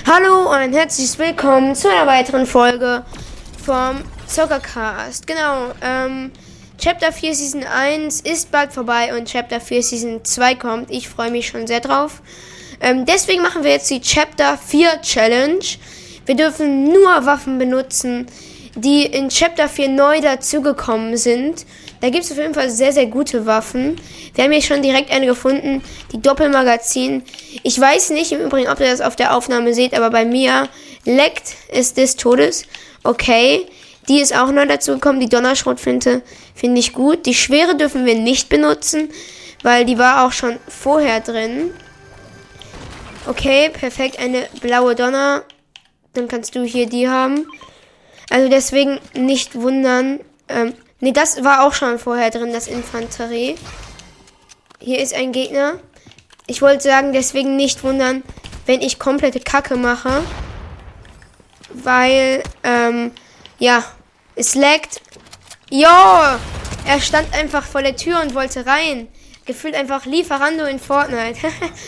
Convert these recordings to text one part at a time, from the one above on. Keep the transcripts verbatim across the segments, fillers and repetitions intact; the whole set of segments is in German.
Hallo und ein herzliches Willkommen zu einer weiteren Folge vom Zockercast. Genau, ähm, Chapter vier Season eins ist bald vorbei und Chapter vier Season zwei kommt. Ich freue mich schon sehr drauf. Ähm, deswegen machen wir jetzt die Chapter vier Challenge. Wir dürfen nur Waffen benutzen, die in Chapter vier neu dazugekommen sind. Da gibt es auf jeden Fall sehr, sehr gute Waffen. Wir haben hier schon direkt eine gefunden, die Doppelmagazin. Ich weiß nicht im Übrigen, ob ihr das auf der Aufnahme seht, aber bei mir leckt es des Todes. Okay, die ist auch neu dazugekommen, die Donnerschrotflinte finde ich gut. Die Schwere dürfen wir nicht benutzen, weil die war auch schon vorher drin. Okay, perfekt, eine blaue Donner. Dann kannst du hier die haben. Also deswegen nicht wundern. Ähm, ne, das war auch schon vorher drin, das Infanterie. Hier ist ein Gegner. Ich wollte sagen, deswegen nicht wundern, wenn ich komplette Kacke mache. Weil, ähm, ja, es laggt. Jo! Er stand einfach vor der Tür und wollte rein. Gefühlt einfach Lieferando in Fortnite.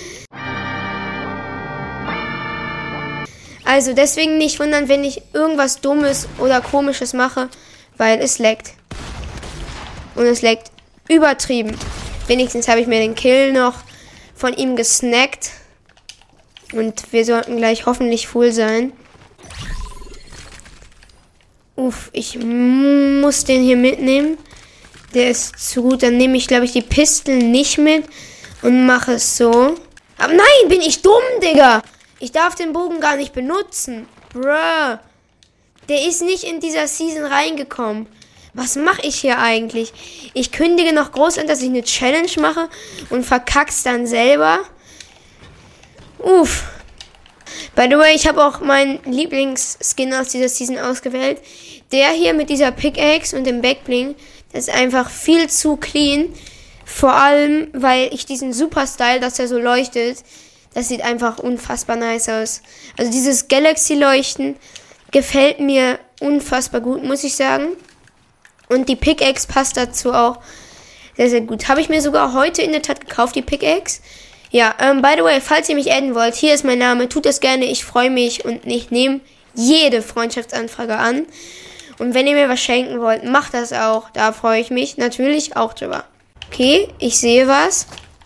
Also deswegen nicht wundern, wenn ich irgendwas Dummes oder Komisches mache, weil es laggt. Und es laggt übertrieben. Wenigstens habe ich mir den Kill noch von ihm gesnackt. Und wir sollten gleich hoffentlich full sein. Uff, ich muss den hier mitnehmen. Der ist zu gut. Dann nehme ich, glaube ich, die Pistole nicht mit und mache es so. Aber nein, bin ich dumm, Digga. Ich darf den Bogen gar nicht benutzen. Bruh. Der ist nicht in dieser Season reingekommen. Was mache ich hier eigentlich? Ich kündige noch groß an, dass ich eine Challenge mache und verkack's dann selber. Uff. By the way, ich habe auch meinen Lieblingsskin aus dieser Season ausgewählt. Der hier mit dieser Pickaxe und dem Backbling, das ist einfach viel zu clean. Vor allem, weil ich diesen Super-Style, dass er so leuchtet, das sieht einfach unfassbar nice aus. Also dieses Galaxy-Leuchten gefällt mir unfassbar gut, muss ich sagen. Und die Pickaxe passt dazu auch sehr, sehr gut. Habe ich mir sogar heute in der Tat gekauft, die Pickaxe. Ja, ähm, by the way, falls ihr mich adden wollt, hier ist mein Name. Tut das gerne, ich freue mich und ich nehme jede Freundschaftsanfrage an. Und wenn ihr mir was schenken wollt, macht das auch. Da freue ich mich natürlich auch drüber. Okay, ich sehe was.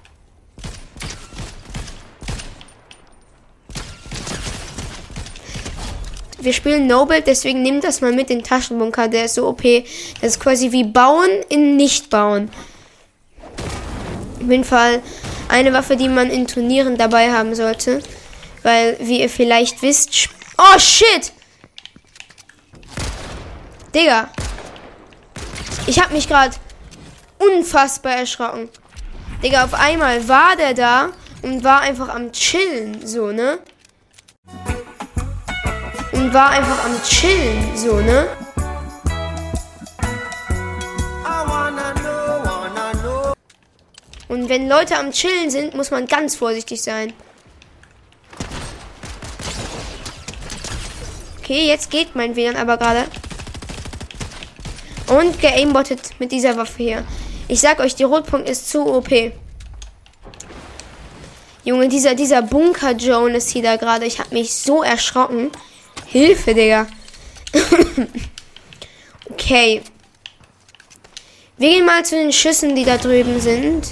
Wir spielen Noble, deswegen nehmt das mal mit, den Taschenbunker, der ist so O P. Das ist quasi wie Bauen in Nicht-Bauen. Auf jeden Fall eine Waffe, die man in Turnieren dabei haben sollte. Weil, wie ihr vielleicht wisst... Oh, shit! Digga. Ich hab mich gerade unfassbar erschrocken. Digga, auf einmal war der da und war einfach am Chillen, so, ne? Und war einfach am Chillen, so, ne? Und wenn Leute am Chillen sind, muss man ganz vorsichtig sein. Okay, jetzt geht mein W L A N aber gerade. Und geaimbottet mit dieser Waffe hier. Ich sag euch, die Rotpunkt ist zu O P. Junge, dieser, dieser Bunker-Joan ist hier da gerade. Ich hab mich so erschrocken. Hilfe, Digga. Okay. Wir gehen mal zu den Schüssen, die da drüben sind.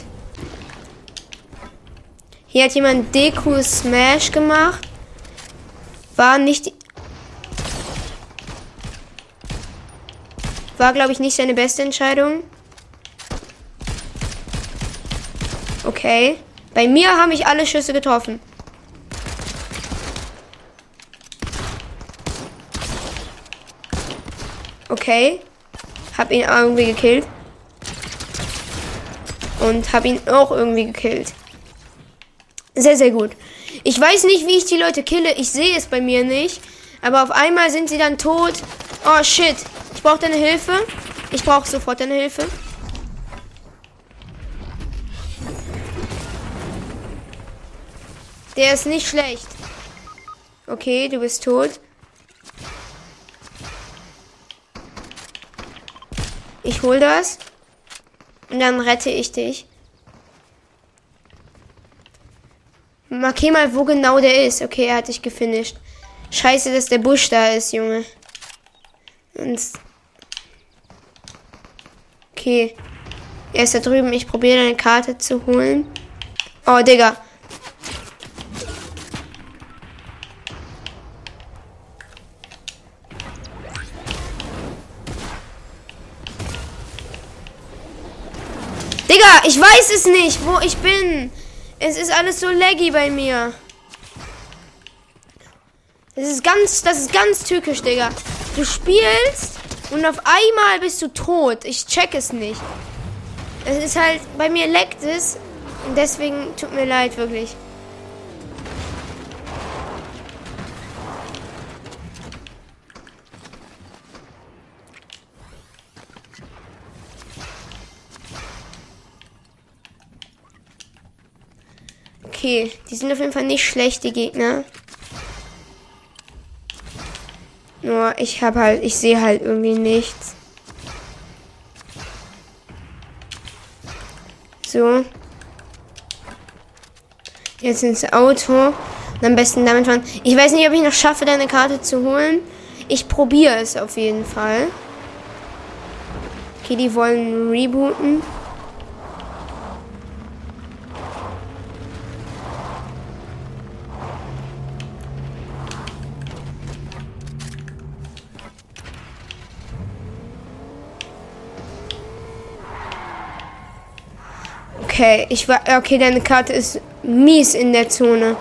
Hier hat jemand Deku Smash gemacht. War nicht... War, glaube ich, nicht seine beste Entscheidung. Okay. Bei mir haben mich alle Schüsse getroffen. Okay. Hab ihn irgendwie gekillt. Und hab ihn auch irgendwie gekillt. Sehr, sehr gut. Ich weiß nicht, wie ich die Leute kille. Ich sehe es bei mir nicht. Aber auf einmal sind sie dann tot. Oh, shit. Ich brauche deine Hilfe. Ich brauche sofort deine Hilfe. Der ist nicht schlecht. Okay, du bist tot. Ich hol das. Und dann rette ich dich. Markier mal, wo genau der ist. Okay, er hat dich gefinisht. Scheiße, dass der Busch da ist, Junge. Und okay. Er ist da drüben. Ich probiere deine Karte zu holen. Oh, Digga. Digga, ich weiß es nicht, wo ich bin. Es ist alles so laggy bei mir. Das ist ganz, das ist ganz tückisch, Digga. Du spielst und auf einmal bist du tot. Ich check es nicht. Es ist halt, bei mir leckt es. Und deswegen tut mir leid, wirklich. Okay, die sind auf jeden Fall nicht schlecht, die Gegner. Nur ich habe halt, ich sehe halt irgendwie nichts. So. Jetzt ins Auto. Und am besten damit fahren. Ich weiß nicht, ob ich noch schaffe, deine Karte zu holen. Ich probiere es auf jeden Fall. Okay, die wollen rebooten. Okay, ich war. Okay, deine Karte ist mies in der Zone.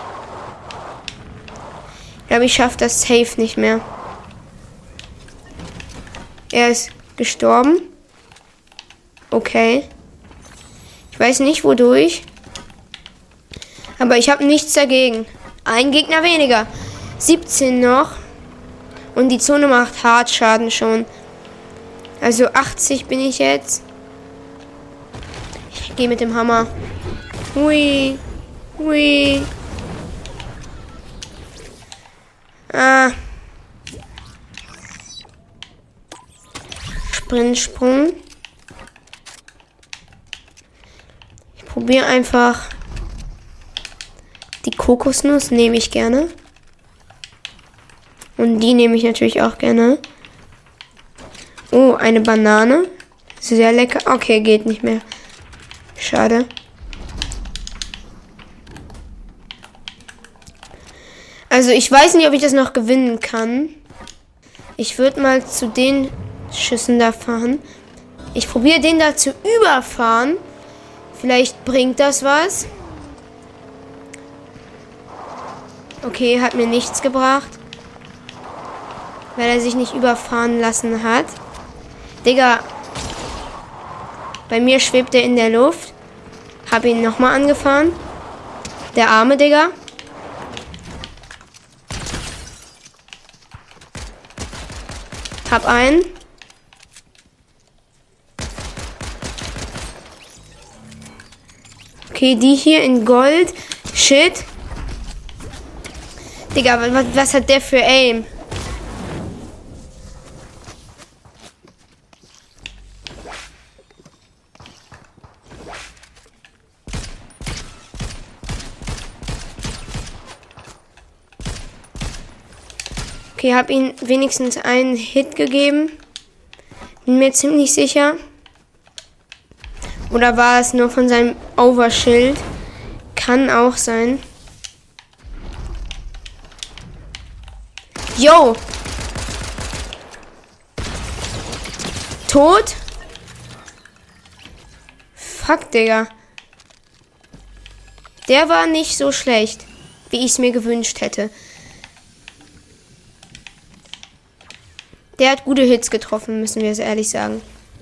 Ich glaube, ich schaffe das safe nicht mehr. Er ist gestorben. Okay. Ich weiß nicht, wodurch. Aber ich habe nichts dagegen. Ein Gegner weniger. siebzehn noch. Und die Zone macht hart Schaden schon. Also achtzig bin ich jetzt. Ich gehe mit dem Hammer. Hui. Hui. Ah. Sprintsprung. Ich probiere einfach. Die Kokosnuss nehme ich gerne. Und die nehme ich natürlich auch gerne. Oh, eine Banane. Sehr lecker. Okay, geht nicht mehr. Schade. Also ich weiß nicht, ob ich das noch gewinnen kann. Ich würde mal zu den Schüssen da fahren. Ich probiere den da zu überfahren. Vielleicht bringt das was. Okay, hat mir nichts gebracht. Weil er sich nicht überfahren lassen hat. Digga. Bei mir schwebt er in der Luft. Hab ihn nochmal angefahren. Der arme Digga. Hab einen. Okay, die hier in Gold. Shit. Digga, was, was hat der für Aim? Okay, habe ihm wenigstens einen Hit gegeben. Bin mir ziemlich sicher. Oder war es nur von seinem Overshield? Kann auch sein. Yo! Tot? Fuck, Digga. Der war nicht so schlecht, wie ich es mir gewünscht hätte. Der hat gute Hits getroffen, müssen wir es ehrlich sagen.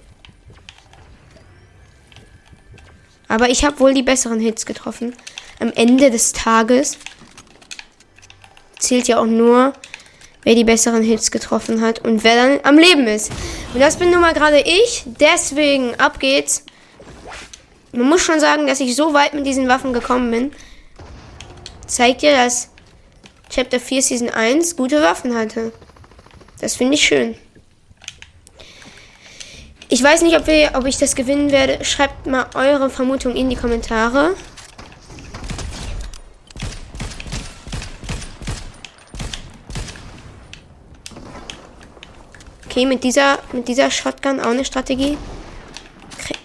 Aber ich habe wohl die besseren Hits getroffen. Am Ende des Tages zählt ja auch nur, wer die besseren Hits getroffen hat und wer dann am Leben ist. Und das bin nun mal gerade ich. Deswegen, ab geht's. Man muss schon sagen, dass ich so weit mit diesen Waffen gekommen bin. Zeigt ja, dass Chapter vier Season eins gute Waffen hatte. Das finde ich schön. Ich weiß nicht, ob, wir, ob ich das gewinnen werde. Schreibt mal eure Vermutung in die Kommentare. Okay, mit dieser, mit dieser Shotgun auch eine Strategie. Okay.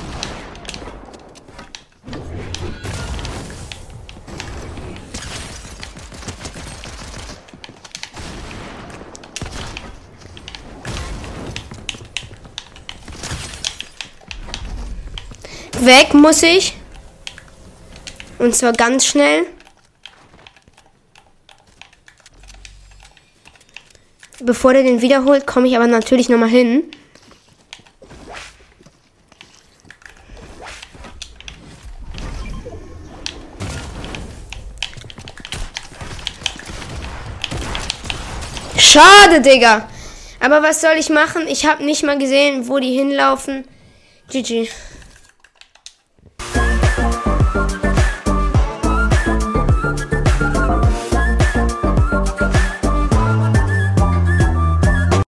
Weg muss ich. Und zwar ganz schnell. Bevor der den wiederholt, komme ich aber natürlich nochmal hin. Schade, Digga. Aber was soll ich machen? Ich habe nicht mal gesehen, wo die hinlaufen. G G.